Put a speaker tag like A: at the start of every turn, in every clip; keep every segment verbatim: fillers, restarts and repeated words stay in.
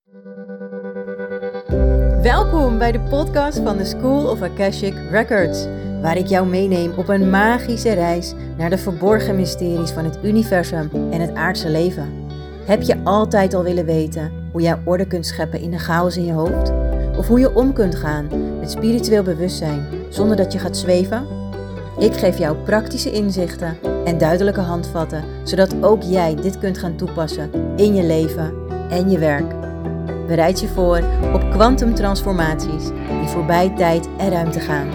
A: Welkom bij de podcast van The School of Akashic Records, waar ik jou meeneem op een magische reis naar de verborgen mysteries van het universum en het aardse leven. Heb je altijd al willen weten hoe jij orde kunt scheppen in de chaos in je hoofd? Of hoe je om kunt gaan met spiritueel bewustzijn zonder dat je gaat zweven? Ik geef jou praktische inzichten en duidelijke handvatten, zodat ook jij dit kunt gaan toepassen in je leven en je werk. Bereid je voor op kwantumtransformaties die voorbij tijd en ruimte gaan.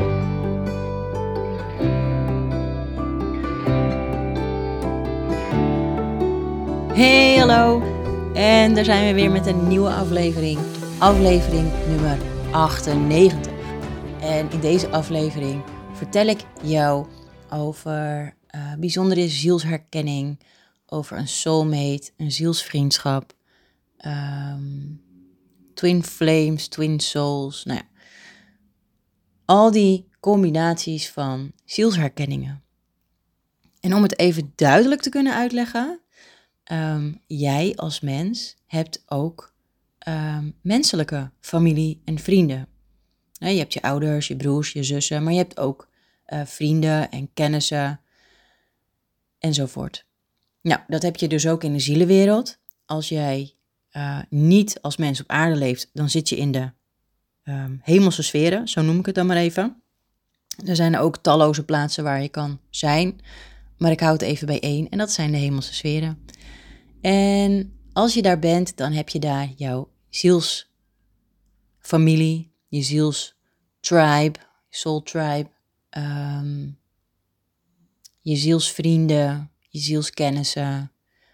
A: Hey, hallo! En daar zijn we weer met een nieuwe aflevering. Aflevering nummer achtennegentig. En in deze aflevering vertel ik jou over uh, bijzondere zielsherkenning, over een soulmate, een zielsvriendschap, um, twin flames, twin souls, nou ja, al die combinaties van zielsherkenningen. En om het even duidelijk te kunnen uitleggen, um, jij als mens hebt ook um, menselijke familie en vrienden. Je hebt je ouders, je broers, je zussen, maar je hebt ook uh, vrienden en kennissen enzovoort. Nou, dat heb je dus ook in de zielenwereld. Als jij uh, niet als mens op aarde leeft, dan zit je in de um, hemelse sferen, zo noem ik het dan maar even. Er zijn ook talloze plaatsen waar je kan zijn, maar ik hou het even bij één en dat zijn de hemelse sferen. En als je daar bent, dan heb je daar jouw zielsfamilie, je zielstribe, soul tribe, um, je zielsvrienden, je zielskennissen.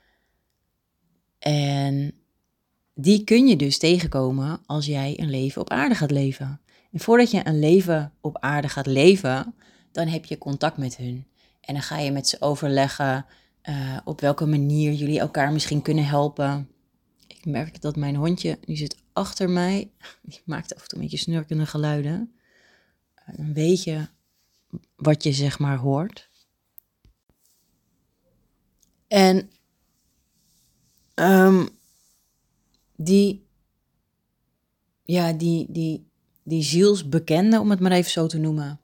A: En die kun je dus tegenkomen als jij een leven op aarde gaat leven. En voordat je een leven op aarde gaat leven, dan heb je contact met hun. En dan ga je met ze overleggen uh, op welke manier jullie elkaar misschien kunnen helpen. Ik merk dat mijn hondje, die zit achter mij, die maakt af en toe een beetje snurkende geluiden. Uh, dan weet je wat je zeg maar hoort. En um, die, ja, die, die, die zielsbekenden, om het maar even zo te noemen,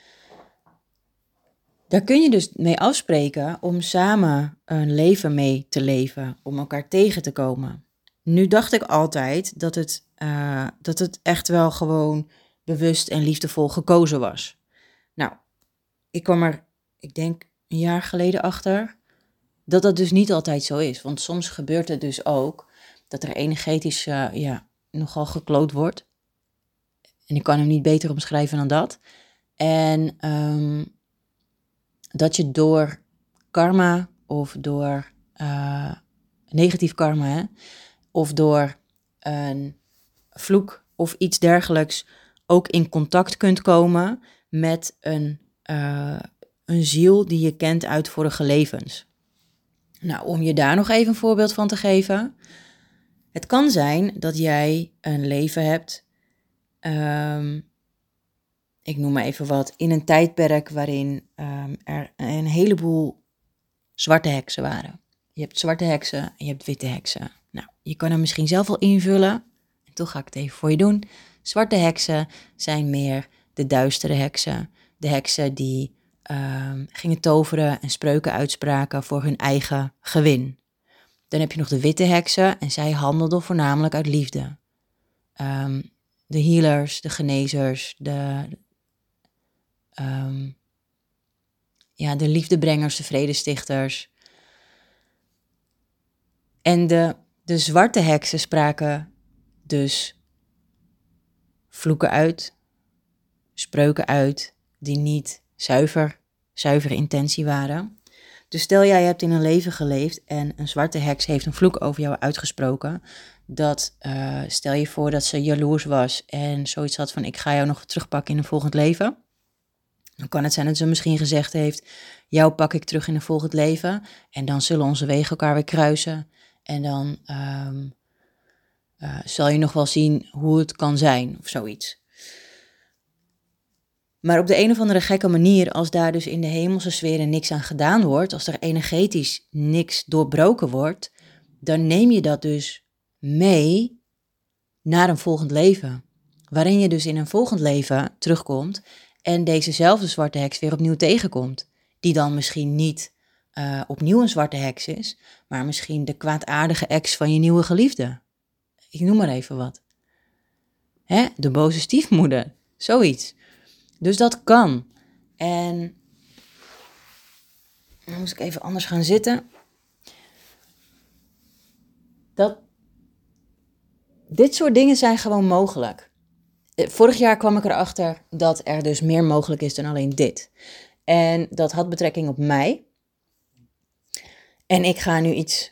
A: daar kun je dus mee afspreken om samen een leven mee te leven, om elkaar tegen te komen. Nu dacht ik altijd dat het, uh, dat het echt wel gewoon bewust en liefdevol gekozen was. Nou, ik kwam er, ik denk een jaar geleden achter, dat dat dus niet altijd zo is. Want soms gebeurt het dus ook dat er energetisch uh, ja, nogal gekloot wordt. En ik kan hem niet beter omschrijven dan dat. En um, dat je door karma of door uh, negatief karma, hè, of door een vloek of iets dergelijks ook in contact kunt komen met een, uh, een ziel die je kent uit vorige levens. Nou, om je daar nog even een voorbeeld van te geven. Het kan zijn dat jij een leven hebt, um, ik noem maar even wat, in een tijdperk waarin um, er een heleboel zwarte heksen waren. Je hebt zwarte heksen en je hebt witte heksen. Nou, je kan hem misschien zelf wel invullen. En toch ga ik het even voor je doen. Zwarte heksen zijn meer de duistere heksen. De heksen die um, gingen toveren en spreuken uitspraken voor hun eigen gewin. Dan heb je nog de witte heksen en zij handelden voornamelijk uit liefde. Um, de healers, de genezers, de, um, ja, de liefdebrengers, de vredestichters. En de, de zwarte heksen spraken dus vloeken uit, spreuken uit die niet zuiver, zuivere intentie waren. Dus stel jij hebt in een leven geleefd en een zwarte heks heeft een vloek over jou uitgesproken. Dat uh, stel je voor dat ze jaloers was en zoiets had van ik ga jou nog terugpakken in een volgend leven. Dan kan het zijn dat ze misschien gezegd heeft, jou pak ik terug in een volgend leven en dan zullen onze wegen elkaar weer kruisen. En dan um, uh, zal je nog wel zien hoe het kan zijn of zoiets. Maar op de een of andere gekke manier, als daar dus in de hemelse sferen niks aan gedaan wordt, als er energetisch niks doorbroken wordt, dan neem je dat dus mee naar een volgend leven. Waarin je dus in een volgend leven terugkomt en dezezelfde zwarte heks weer opnieuw tegenkomt. Die dan misschien niet uh, opnieuw een zwarte heks is, maar misschien de kwaadaardige ex van je nieuwe geliefde. Ik noem maar even wat. Hè? De boze stiefmoeder, zoiets. Dus dat kan. En dan moest ik even anders gaan zitten. Dat, dit soort dingen zijn gewoon mogelijk. Vorig jaar kwam ik erachter dat er dus meer mogelijk is dan alleen dit. En dat had betrekking op mij. En ik ga nu iets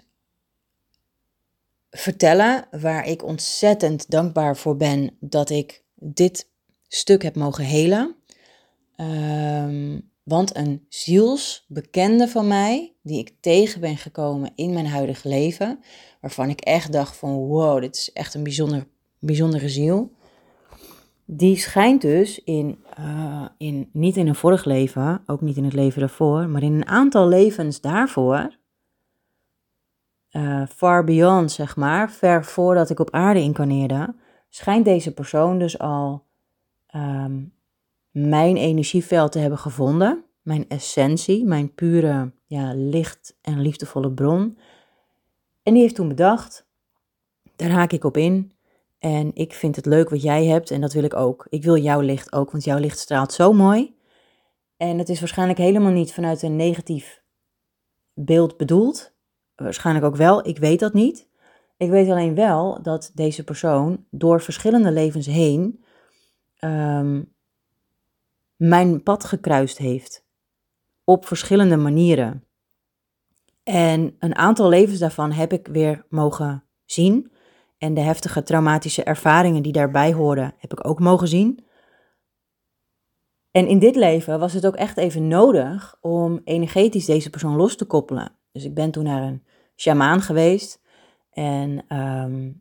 A: vertellen waar ik ontzettend dankbaar voor ben dat ik dit stuk heb mogen helen. Um, want een zielsbekende van mij, die ik tegen ben gekomen in mijn huidige leven, waarvan ik echt dacht van wow, dit is echt een bijzonder, bijzondere ziel. Die schijnt dus in, uh, in, niet in een vorig leven, ook niet in het leven daarvoor, maar in een aantal levens daarvoor, uh, far beyond zeg maar, ver voordat ik op aarde incarneerde, schijnt deze persoon dus al um, mijn energieveld te hebben gevonden, mijn essentie, mijn pure ja, licht en liefdevolle bron. En die heeft toen bedacht, daar haak ik op in. En ik vind het leuk wat jij hebt en dat wil ik ook. Ik wil jouw licht ook, want jouw licht straalt zo mooi. En het is waarschijnlijk helemaal niet vanuit een negatief beeld bedoeld. Waarschijnlijk ook wel, ik weet dat niet. Ik weet alleen wel dat deze persoon door verschillende levens heen um, mijn pad gekruist heeft. Op verschillende manieren. En een aantal levens daarvan heb ik weer mogen zien. En de heftige traumatische ervaringen die daarbij hoorden, heb ik ook mogen zien. En in dit leven was het ook echt even nodig om energetisch deze persoon los te koppelen. Dus ik ben toen naar een sjamaan geweest. En um,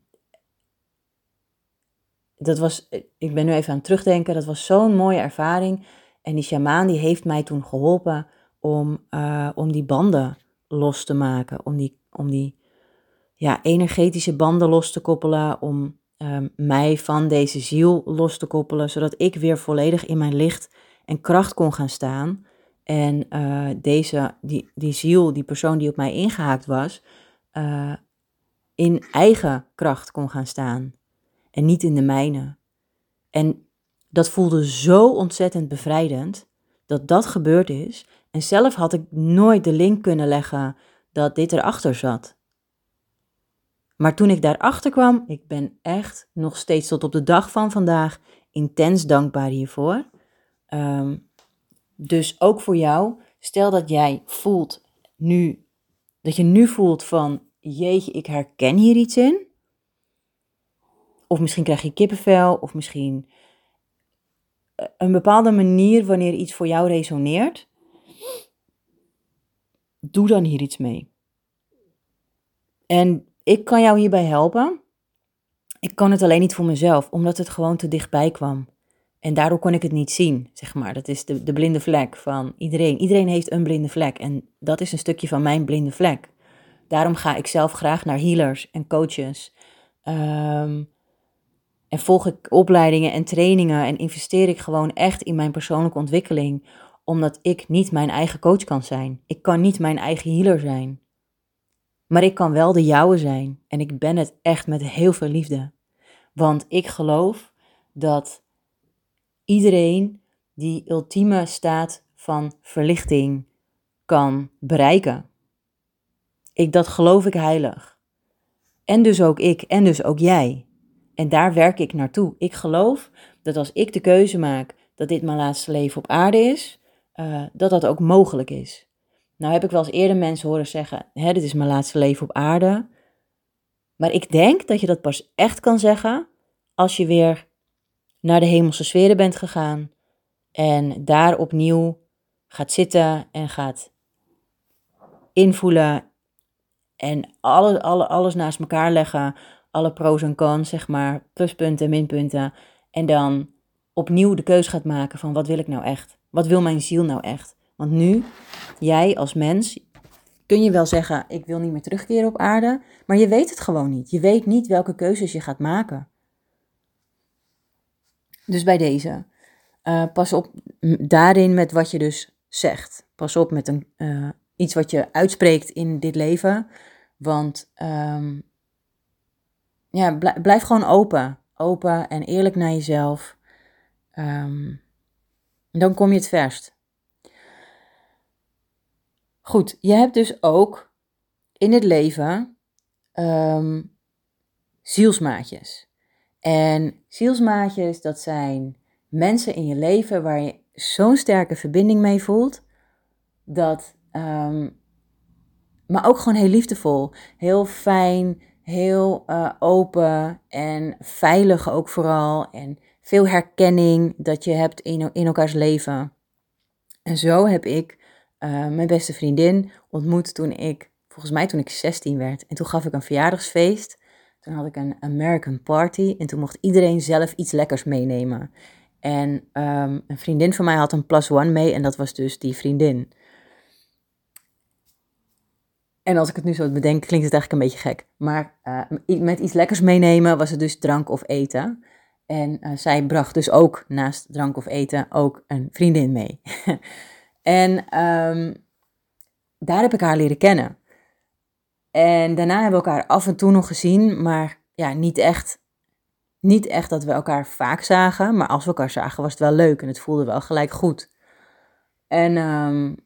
A: dat was, ik ben nu even aan het terugdenken, dat was zo'n mooie ervaring. En die sjamaan die heeft mij toen geholpen om, uh, om die banden los te maken. Om die, om die ja, energetische banden los te koppelen. Om um, mij van deze ziel los te koppelen. Zodat ik weer volledig in mijn licht en kracht kon gaan staan. En uh, deze, die, die ziel, die persoon die op mij ingehaakt was, uh, in eigen kracht kon gaan staan. En niet in de mijne. En dat voelde zo ontzettend bevrijdend dat dat gebeurd is. En zelf had ik nooit de link kunnen leggen dat dit erachter zat. Maar toen ik daarachter kwam, ik ben echt nog steeds tot op de dag van vandaag intens dankbaar hiervoor. Um, dus ook voor jou, stel dat jij voelt nu, dat je nu voelt van, jeetje, ik herken hier iets in. Of misschien krijg je kippenvel, of misschien een bepaalde manier wanneer iets voor jou resoneert. Doe dan hier iets mee. En ik kan jou hierbij helpen. Ik kan het alleen niet voor mezelf, omdat het gewoon te dichtbij kwam. En daardoor kon ik het niet zien, zeg maar. Dat is de, de blinde vlek van iedereen. Iedereen heeft een blinde vlek en dat is een stukje van mijn blinde vlek. Daarom ga ik zelf graag naar healers en coaches. Um, en volg ik opleidingen en trainingen en investeer ik gewoon echt in mijn persoonlijke ontwikkeling. Omdat ik niet mijn eigen coach kan zijn. Ik kan niet mijn eigen healer zijn. Maar ik kan wel de jouwe zijn. En ik ben het echt met heel veel liefde. Want ik geloof dat iedereen die ultieme staat van verlichting kan bereiken. Ik, dat geloof ik heilig. En dus ook ik en dus ook jij. En daar werk ik naartoe. Ik geloof dat als ik de keuze maak dat dit mijn laatste leven op aarde is, uh, dat dat ook mogelijk is. Nou heb ik wel eens eerder mensen horen zeggen, hè, dit is mijn laatste leven op aarde. Maar ik denk dat je dat pas echt kan zeggen als je weer naar de hemelse sferen bent gegaan en daar opnieuw gaat zitten en gaat invoelen en alle, alle, alles naast elkaar leggen, alle pro's en cons, zeg maar, pluspunten en minpunten, en dan opnieuw de keus gaat maken van wat wil ik nou echt? Wat wil mijn ziel nou echt? Want nu, jij als mens, kun je wel zeggen, ik wil niet meer terugkeren op aarde, maar je weet het gewoon niet. Je weet niet welke keuzes je gaat maken. Dus bij deze, uh, pas op daarin met wat je dus zegt. Pas op met een, uh, iets wat je uitspreekt in dit leven. Want um, ja, blijf, blijf gewoon open. Open en eerlijk naar jezelf. Um, dan kom je het verst. Goed, je hebt dus ook in het leven um, zielsmaatjes. En zielsmaatjes, dat zijn mensen in je leven waar je zo'n sterke verbinding mee voelt. Dat, um, maar ook gewoon heel liefdevol, heel fijn, heel uh, open en veilig ook vooral. En veel herkenning dat je hebt in, in elkaars leven. En zo heb ik uh, mijn beste vriendin ontmoet toen ik, volgens mij toen ik zestien werd. En toen gaf ik een verjaardagsfeest. Toen had ik een American party en toen mocht iedereen zelf iets lekkers meenemen. En um, een vriendin van mij had een plus one mee en dat was dus die vriendin. En als ik het nu zo bedenk, klinkt het eigenlijk een beetje gek. Maar uh, met iets lekkers meenemen was het dus drank of eten. En uh, zij bracht dus ook naast drank of eten ook een vriendin mee. En um, daar heb ik haar leren kennen. En daarna hebben we elkaar af en toe nog gezien, maar ja, niet echt, niet echt dat we elkaar vaak zagen. Maar als we elkaar zagen was het wel leuk en het voelde wel gelijk goed. En um,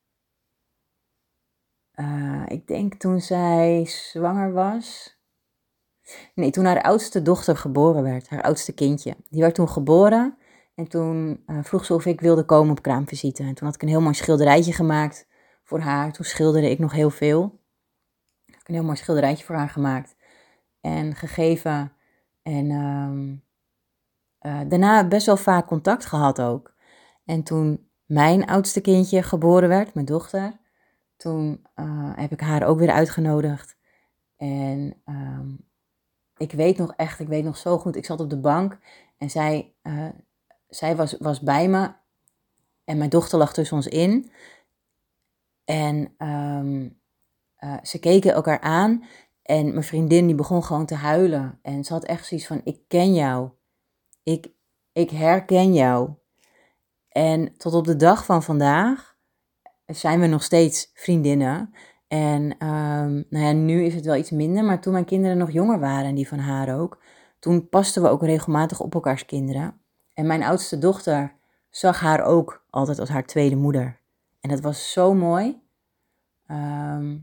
A: uh, ik denk toen zij zwanger was... Nee, toen haar oudste dochter geboren werd, haar oudste kindje. Die werd toen geboren en toen uh, vroeg ze of ik wilde komen op kraamvisite. En toen had ik een heel mooi schilderijtje gemaakt voor haar. Toen schilderde ik nog heel veel. Ik heb een heel mooi schilderijtje voor haar gemaakt en gegeven. En um, uh, daarna best wel vaak contact gehad ook. En toen mijn oudste kindje geboren werd, mijn dochter, toen uh, heb ik haar ook weer uitgenodigd. En um, ik weet nog echt, ik weet nog zo goed, ik zat op de bank en zij, uh, zij was, was bij me en mijn dochter lag tussen ons in. En um, uh, ze keken elkaar aan en mijn vriendin die begon gewoon te huilen. En ze had echt zoiets van, ik ken jou, ik, ik herken jou. En tot op de dag van vandaag zijn we nog steeds vriendinnen. En um, nou ja, nu is het wel iets minder, maar toen mijn kinderen nog jonger waren en die van haar ook, toen pasten we ook regelmatig op elkaars kinderen. En mijn oudste dochter zag haar ook altijd als haar tweede moeder. En dat was zo mooi. Um,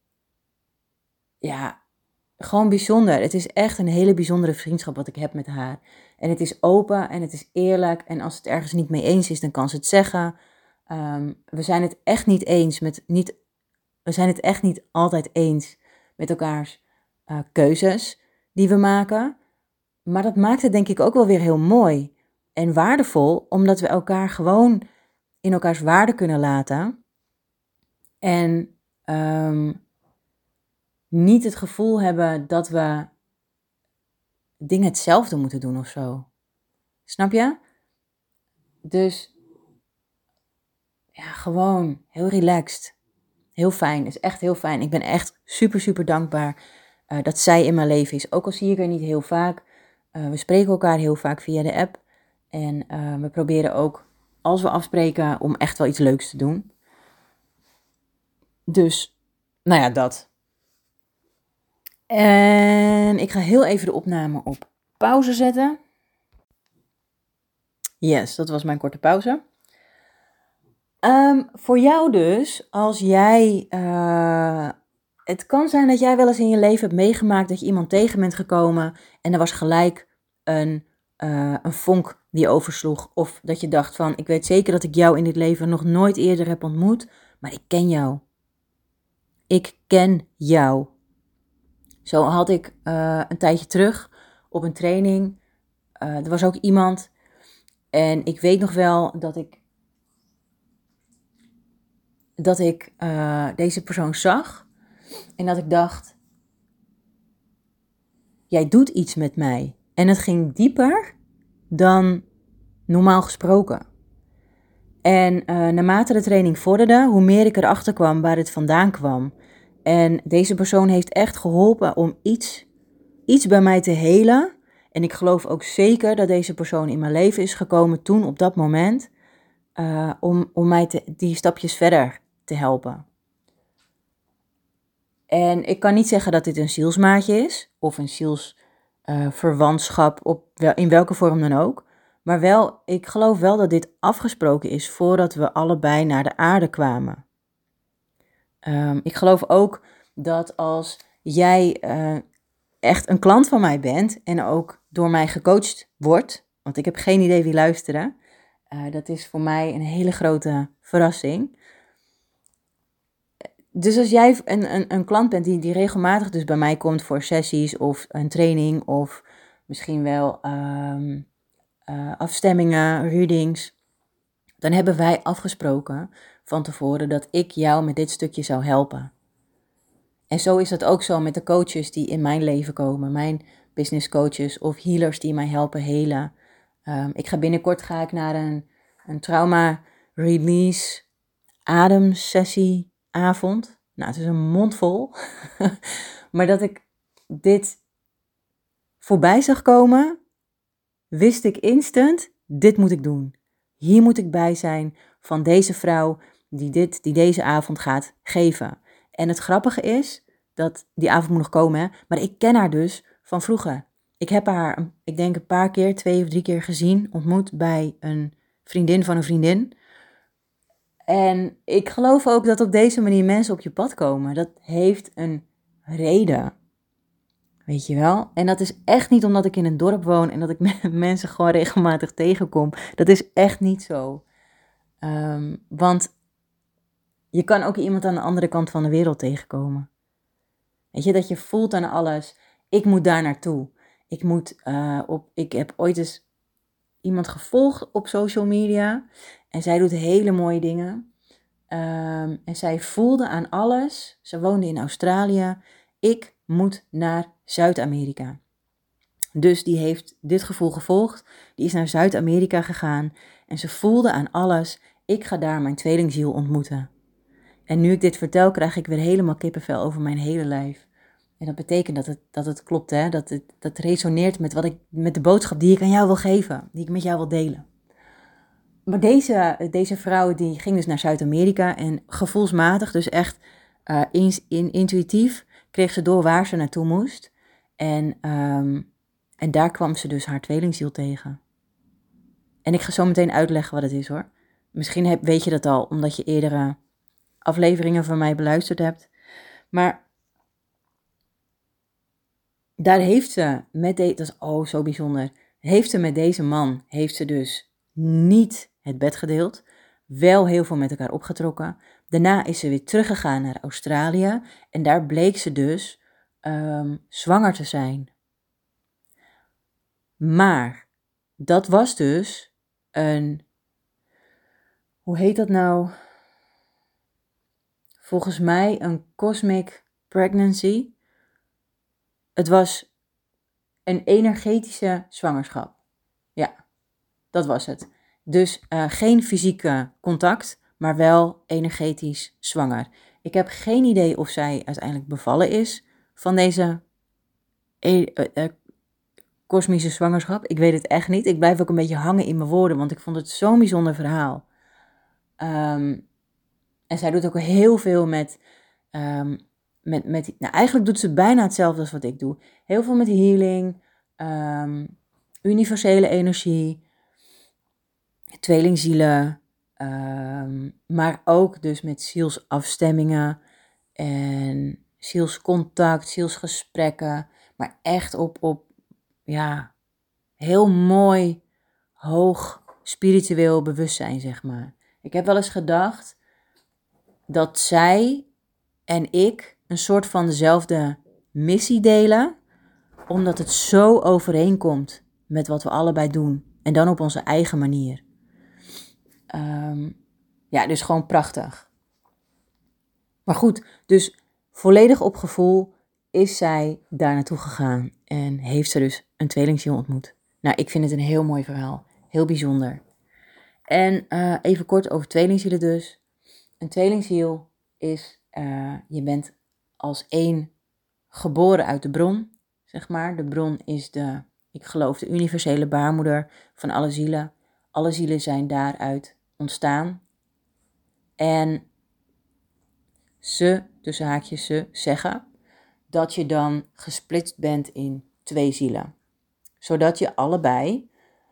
A: ja, gewoon bijzonder. Het is echt een hele bijzondere vriendschap wat ik heb met haar. En het is open en het is eerlijk. En als het ergens niet mee eens is, dan kan ze het zeggen. Um, we zijn het echt niet eens met niet... We zijn het echt niet altijd eens met elkaars uh, keuzes die we maken. Maar dat maakt het denk ik ook wel weer heel mooi en waardevol. Omdat we elkaar gewoon in elkaars waarde kunnen laten. En um, niet het gevoel hebben dat we dingen hetzelfde moeten doen of zo. Snap je? Dus ja, gewoon heel relaxed. Heel fijn, is echt heel fijn. Ik ben echt super, super dankbaar uh, dat zij in mijn leven is. Ook al zie ik haar niet heel vaak. Uh, we spreken elkaar heel vaak via de app. En uh, we proberen ook, als we afspreken, om echt wel iets leuks te doen. Dus, nou ja, dat. En ik ga heel even de opname op pauze zetten. Yes, dat was mijn korte pauze. Um, voor jou dus, als jij, uh, het kan zijn dat jij wel eens in je leven hebt meegemaakt dat je iemand tegen bent gekomen en er was gelijk een, uh, een vonk die oversloeg. Of dat je dacht van, ik weet zeker dat ik jou in dit leven nog nooit eerder heb ontmoet, maar ik ken jou. Ik ken jou. Zo had ik uh, een tijdje terug op een training, uh, er was ook iemand en ik weet nog wel dat ik dat ik uh, deze persoon zag en dat ik dacht, jij doet iets met mij. En het ging dieper dan normaal gesproken. En uh, naarmate de training vorderde, hoe meer ik erachter kwam waar het vandaan kwam. En deze persoon heeft echt geholpen om iets, iets bij mij te helen En ik geloof ook zeker dat deze persoon in mijn leven is gekomen toen op dat moment, uh, om, om mij te, die stapjes verder te helpen. En ik kan niet zeggen dat dit een zielsmaatje is, of een zielsverwantschap, uh, op wel, in welke vorm dan ook. Maar wel, ik geloof wel dat dit afgesproken is voordat we allebei naar de aarde kwamen. Um, ik geloof ook dat als jij uh, echt een klant van mij bent en ook door mij gecoacht wordt, want ik heb geen idee wie luisteren, uh, dat is voor mij een hele grote verrassing. Dus als jij een, een, een klant bent die, die regelmatig dus bij mij komt voor sessies of een training of misschien wel um, uh, afstemmingen, readings, dan hebben wij afgesproken van tevoren dat ik jou met dit stukje zou helpen. En zo is dat ook zo met de coaches die in mijn leven komen, mijn business coaches of healers die mij helpen helen. Um, ik ga binnenkort ga ik naar een, een trauma release ademsessie avond. Nou, het is een mond vol. Maar dat ik dit voorbij zag komen, wist ik instant, dit moet ik doen. Hier moet ik bij zijn van deze vrouw die, dit, die deze avond gaat geven. En het grappige is, dat die avond moet nog komen, hè, maar ik ken haar dus van vroeger. Ik heb haar, ik denk een paar keer, twee of drie keer gezien, ontmoet bij een vriendin van een vriendin. En ik geloof ook dat op deze manier mensen op je pad komen. Dat heeft een reden. Weet je wel? En dat is echt niet omdat ik in een dorp woon en dat ik mensen gewoon regelmatig tegenkom. Dat is echt niet zo. Um, want je kan ook iemand aan de andere kant van de wereld tegenkomen. Weet je, dat je voelt aan alles, ik moet daar naartoe. Ik moet uh, op, ik heb ooit eens iemand gevolgd op social media en zij doet hele mooie dingen. Um, en zij voelde aan alles, ze woonde in Australië, ik moet naar Zuid-Amerika. Dus die heeft dit gevoel gevolgd, die is naar Zuid-Amerika gegaan en ze voelde aan alles, ik ga daar mijn tweelingziel ontmoeten. En nu ik dit vertel, krijg ik weer helemaal kippenvel over mijn hele lijf. En dat betekent dat het, dat het klopt, hè? Dat het dat resoneert met, wat ik, met de boodschap die ik aan jou wil geven, die ik met jou wil delen. Maar deze, deze vrouw die ging dus naar Zuid-Amerika en gevoelsmatig, dus echt uh, in, in, intuïtief, kreeg ze door waar ze naartoe moest. En, um, en daar kwam ze dus haar tweelingziel tegen. En ik ga zo meteen uitleggen wat het is hoor. Misschien heb, weet je dat al, omdat je eerdere afleveringen van mij beluisterd hebt. Maar daar heeft ze met deze, dat is oh zo bijzonder, heeft ze met deze man, heeft ze dus niet het bed gedeeld, wel heel veel met elkaar opgetrokken. Daarna is ze weer teruggegaan naar Australië en daar bleek ze dus um, zwanger te zijn. Maar dat was dus een, hoe heet dat nou? Volgens mij een cosmic pregnancy. Het was een energetische zwangerschap. Ja, dat was het. Dus uh, geen fysieke contact, maar wel energetisch zwanger. Ik heb geen idee of zij uiteindelijk bevallen is van deze e- uh, uh, kosmische zwangerschap. Ik weet het echt niet. Ik blijf ook een beetje hangen in mijn woorden, want ik vond het zo'n bijzonder verhaal. Um, en zij doet ook heel veel met... Um, Met, met, nou, eigenlijk doet ze bijna hetzelfde als wat ik doe. Heel veel met healing, um, universele energie, tweelingzielen, um, maar ook dus met zielsafstemmingen en zielscontact, zielsgesprekken. Maar echt op, op ja, heel mooi, hoog spiritueel bewustzijn, zeg maar. Ik heb wel eens gedacht dat zij en ik een soort van dezelfde missie delen, omdat het zo overeenkomt met wat we allebei doen. En dan op onze eigen manier. Um, ja, dus gewoon prachtig. Maar goed, dus volledig op gevoel is zij daar naartoe gegaan en heeft ze dus een tweelingziel ontmoet. Nou, ik vind het een heel mooi verhaal. Heel bijzonder. En uh, even kort over tweelingzielen dus. Een tweelingziel is, uh, je bent als één geboren uit de bron, zeg maar. De bron is de Ik geloof de universele baarmoeder van alle zielen. Alle zielen zijn daaruit ontstaan. En ze, tussen haakjes ze, zeggen dat je dan gesplitst bent in twee zielen. Zodat je allebei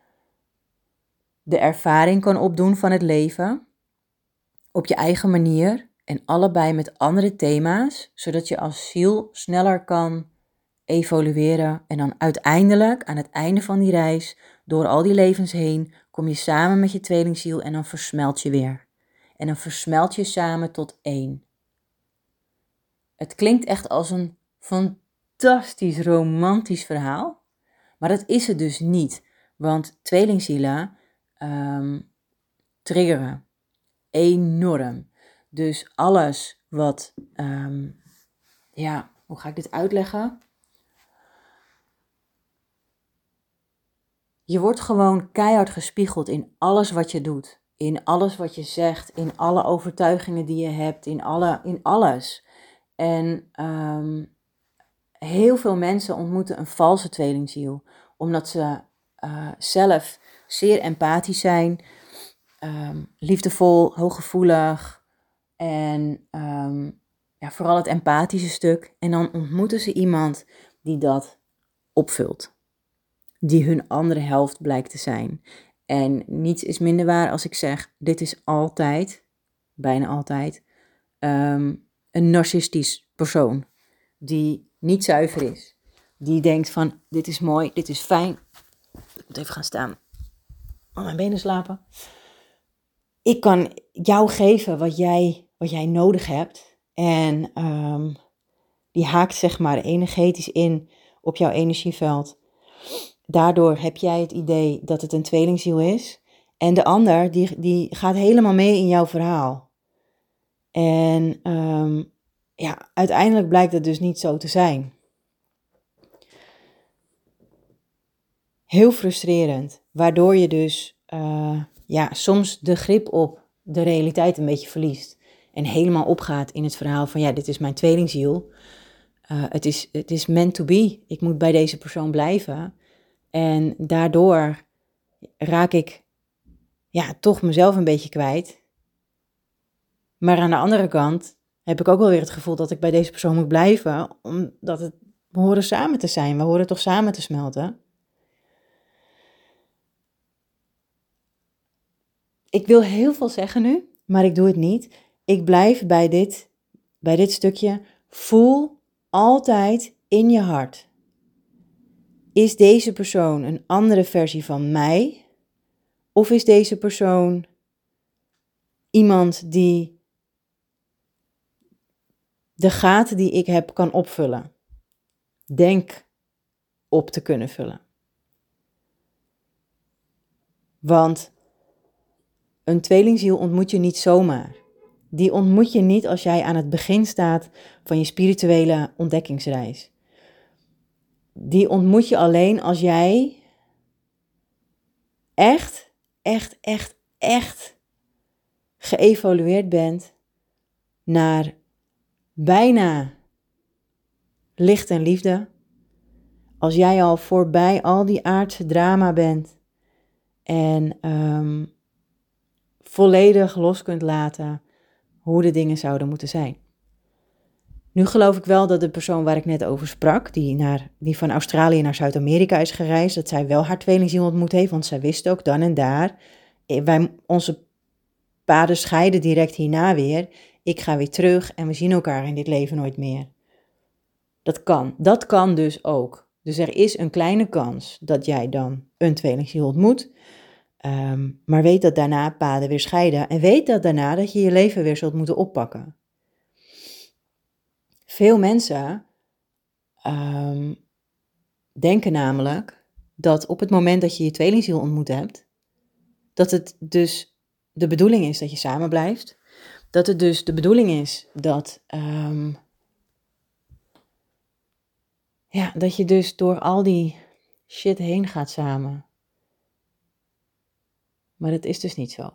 A: de ervaring kan opdoen van het leven op je eigen manier en allebei met andere thema's, zodat je als ziel sneller kan evolueren en dan uiteindelijk aan het einde van die reis, door al die levens heen, kom je samen met je tweelingziel en dan versmelt je weer. En dan versmelt je samen tot één. Het klinkt echt als een fantastisch romantisch verhaal, maar dat is het dus niet, want tweelingzielen um, triggeren enorm. Dus alles wat, um, ja, hoe ga ik dit uitleggen? Je wordt gewoon keihard gespiegeld in alles wat je doet. In alles wat je zegt, in alle overtuigingen die je hebt, in, alle, in alles. En um, heel veel mensen ontmoeten een valse tweelingziel. Omdat ze uh, zelf zeer empathisch zijn, um, liefdevol, hooggevoelig en um, ja, vooral het empathische stuk. En dan ontmoeten ze iemand die dat opvult. Die hun andere helft blijkt te zijn. En niets is minder waar als ik zeg, dit is altijd, bijna altijd, um, een narcistisch persoon. Die niet zuiver is. Die denkt van, dit is mooi, dit is fijn. Ik moet even gaan staan. Oh, mijn benen slapen. Ik kan jou geven wat jij, wat jij nodig hebt. En um, die haakt zeg maar energetisch in op jouw energieveld. Daardoor heb jij het idee dat het een tweelingziel is. En de ander, die, die gaat helemaal mee in jouw verhaal. En um, ja, uiteindelijk blijkt het dus niet zo te zijn. Heel frustrerend. Waardoor je dus uh, ja, soms de grip op de realiteit een beetje verliest. En helemaal opgaat in het verhaal van ja, dit is mijn tweelingziel. Uh, het is, het is meant to be. Ik moet bij deze persoon blijven. En daardoor raak ik ja, toch mezelf een beetje kwijt. Maar aan de andere kant heb ik ook wel weer het gevoel dat ik bij deze persoon moet blijven. Omdat het, we horen samen te zijn. We horen toch samen te smelten. Ik wil heel veel zeggen nu, maar ik doe het niet. Ik blijf bij dit, bij dit stukje. Voel altijd in je hart. Is deze persoon een andere versie van mij? Of is deze persoon iemand die de gaten die ik heb kan opvullen? Denk op te kunnen vullen. Want een tweelingziel ontmoet je niet zomaar. Die ontmoet je niet als jij aan het begin staat van je spirituele ontdekkingsreis. Die ontmoet je alleen als jij echt, echt, echt, echt geëvolueerd bent naar bijna licht en liefde. Als jij al voorbij al die aardse drama bent en um, volledig los kunt laten hoe de dingen zouden moeten zijn. Nu geloof ik wel dat de persoon waar ik net over sprak, die, naar, die van Australië naar Zuid-Amerika is gereisd, dat zij wel haar tweelingziel ontmoet heeft, want zij wist ook dan en daar, wij, onze paden scheiden direct hierna weer, ik ga weer terug en we zien elkaar in dit leven nooit meer. Dat kan, dat kan dus ook. Dus er is een kleine kans dat jij dan een tweelingziel ontmoet, um, maar weet dat daarna paden weer scheiden en weet dat daarna dat je je leven weer zult moeten oppakken. Veel mensen um, denken namelijk dat op het moment dat je je tweelingziel ontmoet hebt, dat het dus de bedoeling is dat je samen blijft. Dat het dus de bedoeling is dat, um, ja, dat je dus door al die shit heen gaat samen. Maar dat is dus niet zo.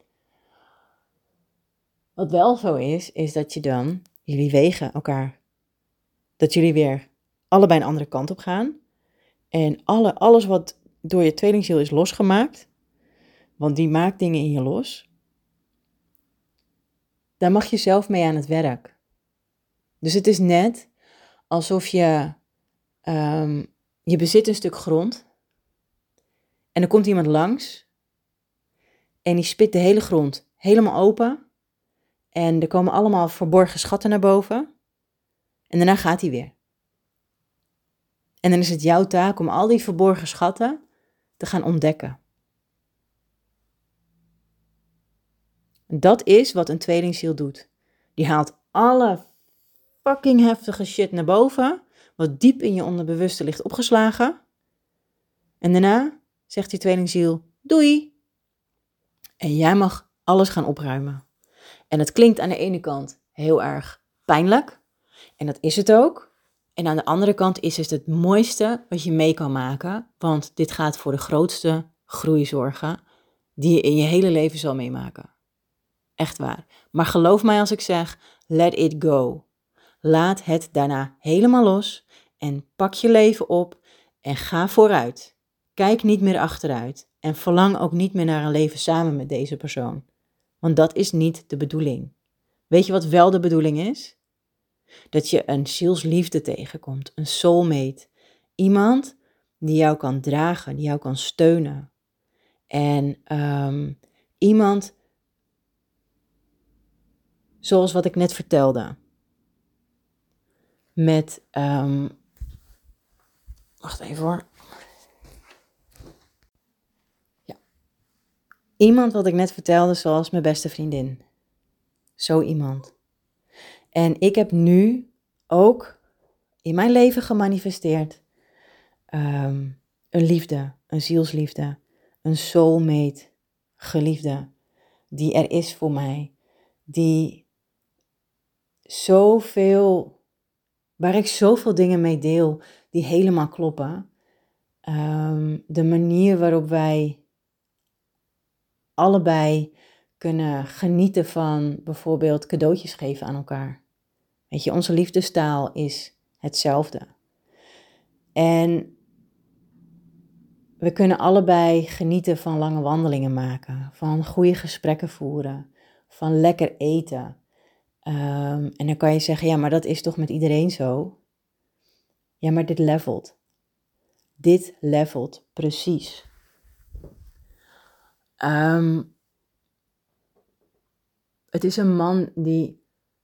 A: Wat wel zo is, is dat je dan, jullie wegen elkaar, dat jullie weer allebei een andere kant op gaan. En alle, alles wat door je tweelingziel is losgemaakt, want die maakt dingen in je los, daar mag je zelf mee aan het werk. Dus het is net alsof je, um, je bezit een stuk grond en er komt iemand langs en die spit de hele grond helemaal open en er komen allemaal verborgen schatten naar boven en daarna gaat hij weer. En dan is het jouw taak om al die verborgen schatten te gaan ontdekken. Dat is wat een tweelingziel doet. Die haalt alle fucking heftige shit naar boven, wat diep in je onderbewuste ligt opgeslagen. En daarna zegt die tweelingziel, doei. En jij mag alles gaan opruimen. En het klinkt aan de ene kant heel erg pijnlijk. En dat is het ook. En aan de andere kant is het het mooiste wat je mee kan maken. Want dit gaat voor de grootste groei zorgen die je in je hele leven zal meemaken. Echt waar. Maar geloof mij als ik zeg, let it go. Laat het daarna helemaal los en pak je leven op en ga vooruit. Kijk niet meer achteruit en verlang ook niet meer naar een leven samen met deze persoon. Want dat is niet de bedoeling. Weet je wat wel de bedoeling is? Dat je een zielsliefde tegenkomt, een soulmate. Iemand die jou kan dragen, die jou kan steunen. En um, iemand zoals wat ik net vertelde. Met, um, wacht even hoor. Ja. Iemand wat ik net vertelde zoals mijn beste vriendin. Zo iemand. En ik heb nu ook in mijn leven gemanifesteerd um, een liefde, een zielsliefde, een soulmate, geliefde, die er is voor mij, die zoveel, waar ik zoveel dingen mee deel, die helemaal kloppen. Um, de manier waarop wij allebei kunnen genieten van bijvoorbeeld cadeautjes geven aan elkaar. Weet je, onze liefdestaal is hetzelfde. En we kunnen allebei genieten van lange wandelingen maken, van goede gesprekken voeren, van lekker eten. Um, en dan kan je zeggen, ja, maar dat is toch met iedereen zo? Ja, maar dit levelt. Dit levelt precies. Um, het is een man die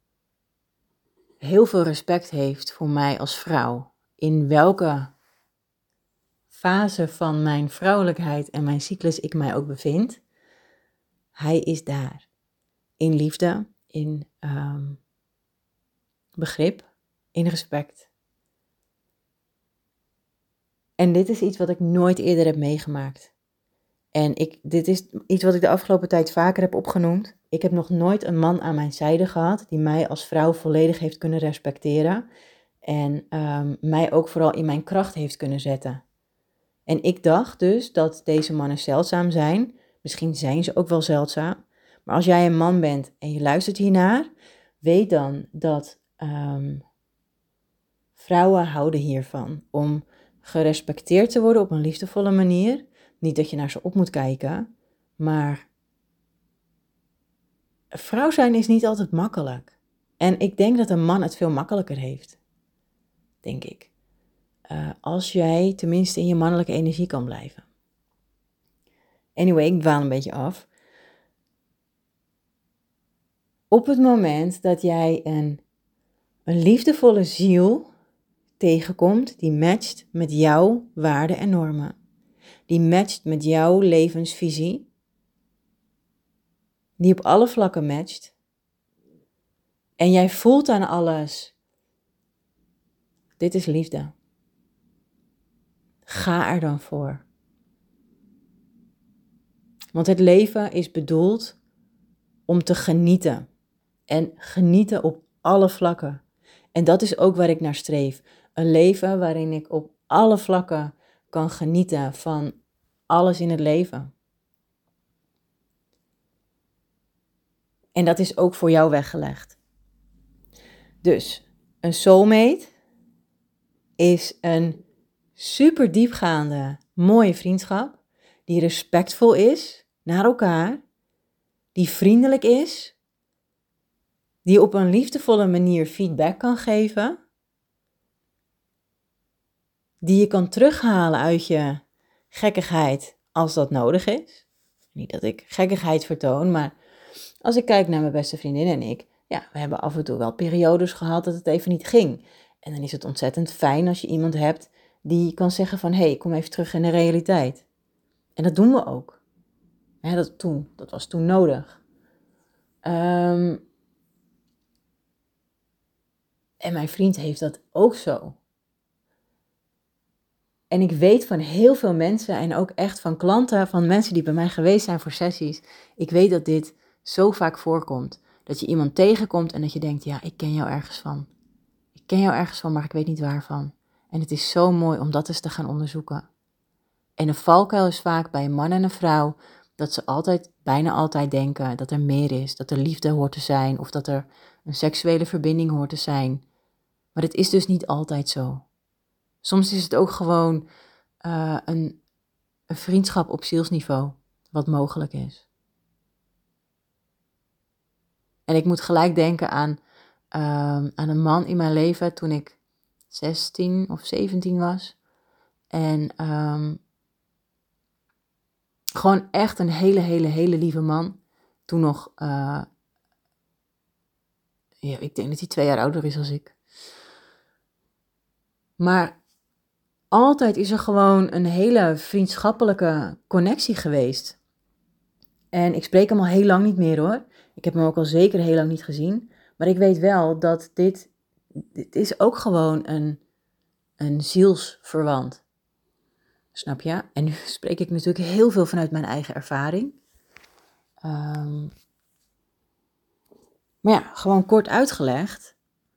A: heel veel respect heeft voor mij als vrouw. In welke fase van mijn vrouwelijkheid en mijn cyclus ik mij ook bevind. Hij is daar. In liefde, in um, begrip, in respect. En dit is iets wat ik nooit eerder heb meegemaakt. En ik, dit is iets wat ik de afgelopen tijd vaker heb opgenoemd. Ik heb nog nooit een man aan mijn zijde gehad die mij als vrouw volledig heeft kunnen respecteren. En um, mij ook vooral in mijn kracht heeft kunnen zetten. En ik dacht dus dat deze mannen zeldzaam zijn. Misschien zijn ze ook wel zeldzaam. Maar als jij een man bent en je luistert hiernaar, weet dan dat um, vrouwen houden hiervan. Om gerespecteerd te worden op een liefdevolle manier. Niet dat je naar ze op moet kijken, maar vrouw zijn is niet altijd makkelijk. En ik denk dat een man het veel makkelijker heeft. Denk ik. Uh, als jij tenminste in je mannelijke energie kan blijven. Anyway, ik dwaal een beetje af. Op het moment dat jij een, een liefdevolle ziel tegenkomt die matcht met jouw waarden en normen. Die matcht met jouw levensvisie. Die op alle vlakken matcht. En jij voelt aan alles. Dit is liefde. Ga er dan voor. Want het leven is bedoeld om te genieten. En genieten op alle vlakken. En dat is ook waar ik naar streef. Een leven waarin ik op alle vlakken kan genieten van alles in het leven. En dat is ook voor jou weggelegd. Dus, een soulmate is een super diepgaande, mooie vriendschap, die respectvol is naar elkaar, die vriendelijk is, die op een liefdevolle manier feedback kan geven, die je kan terughalen uit je gekkigheid als dat nodig is. Niet dat ik gekkigheid vertoon, maar als ik kijk naar mijn beste vriendin en ik, ja, we hebben af en toe wel periodes gehad dat het even niet ging. En dan is het ontzettend fijn als je iemand hebt die kan zeggen van, hé, hey, kom even terug in de realiteit. En dat doen we ook. Ja, dat, toen, dat was toen nodig. Um, en mijn vriend heeft dat ook zo. En ik weet van heel veel mensen en ook echt van klanten, van mensen die bij mij geweest zijn voor sessies. Ik weet dat dit zo vaak voorkomt. Dat je iemand tegenkomt en dat je denkt, ja, ik ken jou ergens van. Ik ken jou ergens van, maar ik weet niet waarvan. En het is zo mooi om dat eens te gaan onderzoeken. En een valkuil is vaak bij een man en een vrouw dat ze altijd, bijna altijd denken dat er meer is. Dat er liefde hoort te zijn of dat er een seksuele verbinding hoort te zijn. Maar het is dus niet altijd zo. Soms is het ook gewoon uh, een, een vriendschap op zielsniveau wat mogelijk is. En ik moet gelijk denken aan, uh, aan een man in mijn leven toen ik zestien of zeventien was. En um, gewoon echt een hele, hele, hele lieve man. Toen nog, uh, ja, ik denk dat hij twee jaar ouder is als ik. Maar altijd is er gewoon een hele vriendschappelijke connectie geweest. En ik spreek hem al heel lang niet meer hoor. Ik heb hem ook al zeker heel lang niet gezien. Maar ik weet wel dat dit, dit is ook gewoon een, een zielsverwant. Snap je? En nu spreek ik natuurlijk heel veel vanuit mijn eigen ervaring. Um, maar ja, gewoon kort uitgelegd.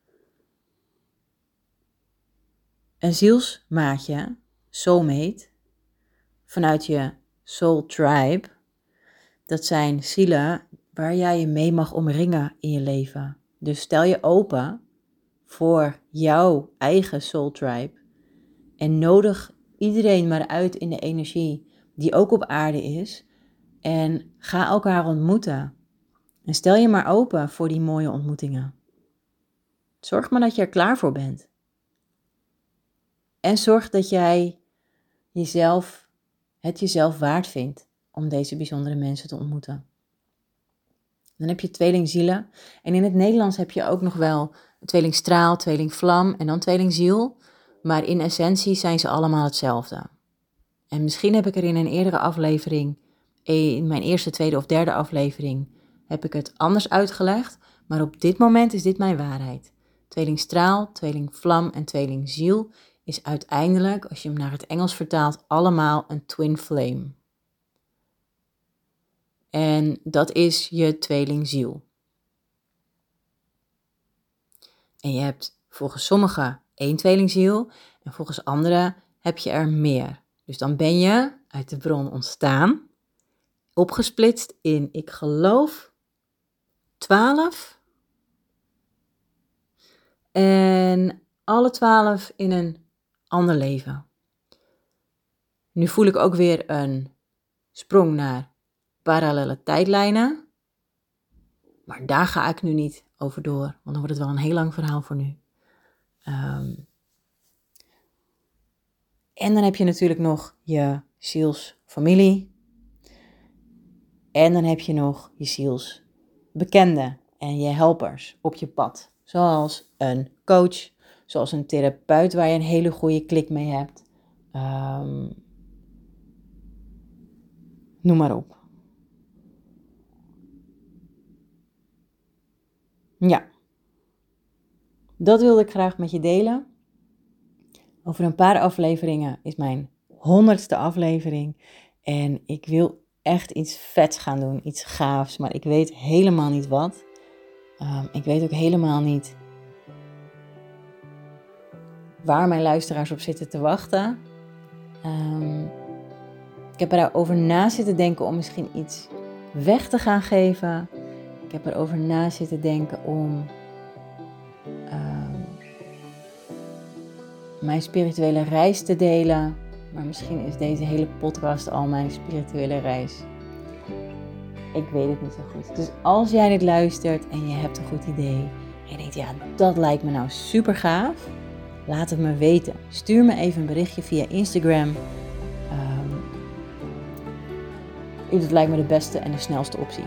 A: Een zielsmaatje, soulmate, vanuit je soul tribe, dat zijn zielen waar jij je mee mag omringen in je leven. Dus stel je open voor jouw eigen soul tribe en nodig iedereen maar uit in de energie die ook op aarde is en ga elkaar ontmoeten. En stel je maar open voor die mooie ontmoetingen. Zorg maar dat je er klaar voor bent. En zorg dat jij jezelf, het jezelf waard vindt om deze bijzondere mensen te ontmoeten. Dan heb je tweelingzielen. En in het Nederlands heb je ook nog wel tweelingstraal, tweelingvlam en dan tweelingziel. Maar in essentie zijn ze allemaal hetzelfde. En misschien heb ik er in een eerdere aflevering, in mijn eerste, tweede of derde aflevering, heb ik het anders uitgelegd. Maar op dit moment is dit mijn waarheid. Tweelingstraal, tweelingvlam en tweelingziel is uiteindelijk, als je hem naar het Engels vertaalt, allemaal een twin flame. En dat is je tweelingziel. En je hebt volgens sommigen één tweelingziel en volgens anderen heb je er meer. Dus dan ben je uit de bron ontstaan, opgesplitst in, ik geloof, twaalf. En alle twaalf in een ander leven. Nu voel ik ook weer een sprong naar parallele tijdlijnen. Maar daar ga ik nu niet over door, want dan wordt het wel een heel lang verhaal voor nu. Um, en dan heb je natuurlijk nog je zielsfamilie. En dan heb je nog je zielsbekenden en je helpers op je pad. Zoals een coach, zoals een therapeut waar je een hele goede klik mee hebt. Um, noem maar op. Ja, dat wilde ik graag met je delen. Over een paar afleveringen is mijn honderdste aflevering. En ik wil echt iets vets gaan doen, iets gaafs, maar ik weet helemaal niet wat. Um, ik weet ook helemaal niet waar mijn luisteraars op zitten te wachten. Um, ik heb erover na zitten denken om misschien iets weg te gaan geven. Ik heb erover na zitten denken om um, mijn spirituele reis te delen. Maar misschien is deze hele podcast al mijn spirituele reis. Ik weet het niet zo goed. Dus als jij dit luistert en je hebt een goed idee. En je denkt, ja, dat lijkt me nou super gaaf. Laat het me weten. Stuur me even een berichtje via Instagram. Um, dat lijkt me de beste en de snelste optie.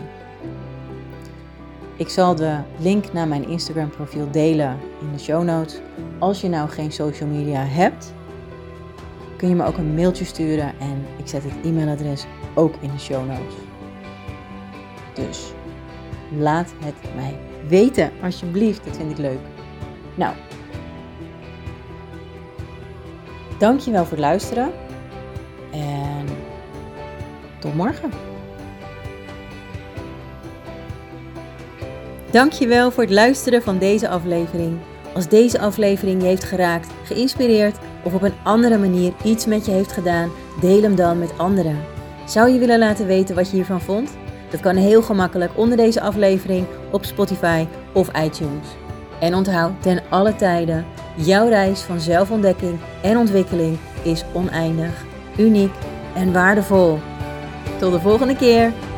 A: Ik zal de link naar mijn Instagram profiel delen in de show notes. Als je nou geen social media hebt, kun je me ook een mailtje sturen. En ik zet het e-mailadres ook in de show notes. Dus laat het mij weten, alsjeblieft. Dat vind ik leuk. Nou, dankjewel voor het luisteren. En tot morgen. Dankjewel voor het luisteren van deze aflevering. Als deze aflevering je heeft geraakt, geïnspireerd of op een andere manier iets met je heeft gedaan, deel hem dan met anderen. Zou je willen laten weten wat je hiervan vond? Dat kan heel gemakkelijk onder deze aflevering op Spotify of iTunes. En onthoud ten alle tijden, jouw reis van zelfontdekking en ontwikkeling is oneindig, uniek en waardevol. Tot de volgende keer!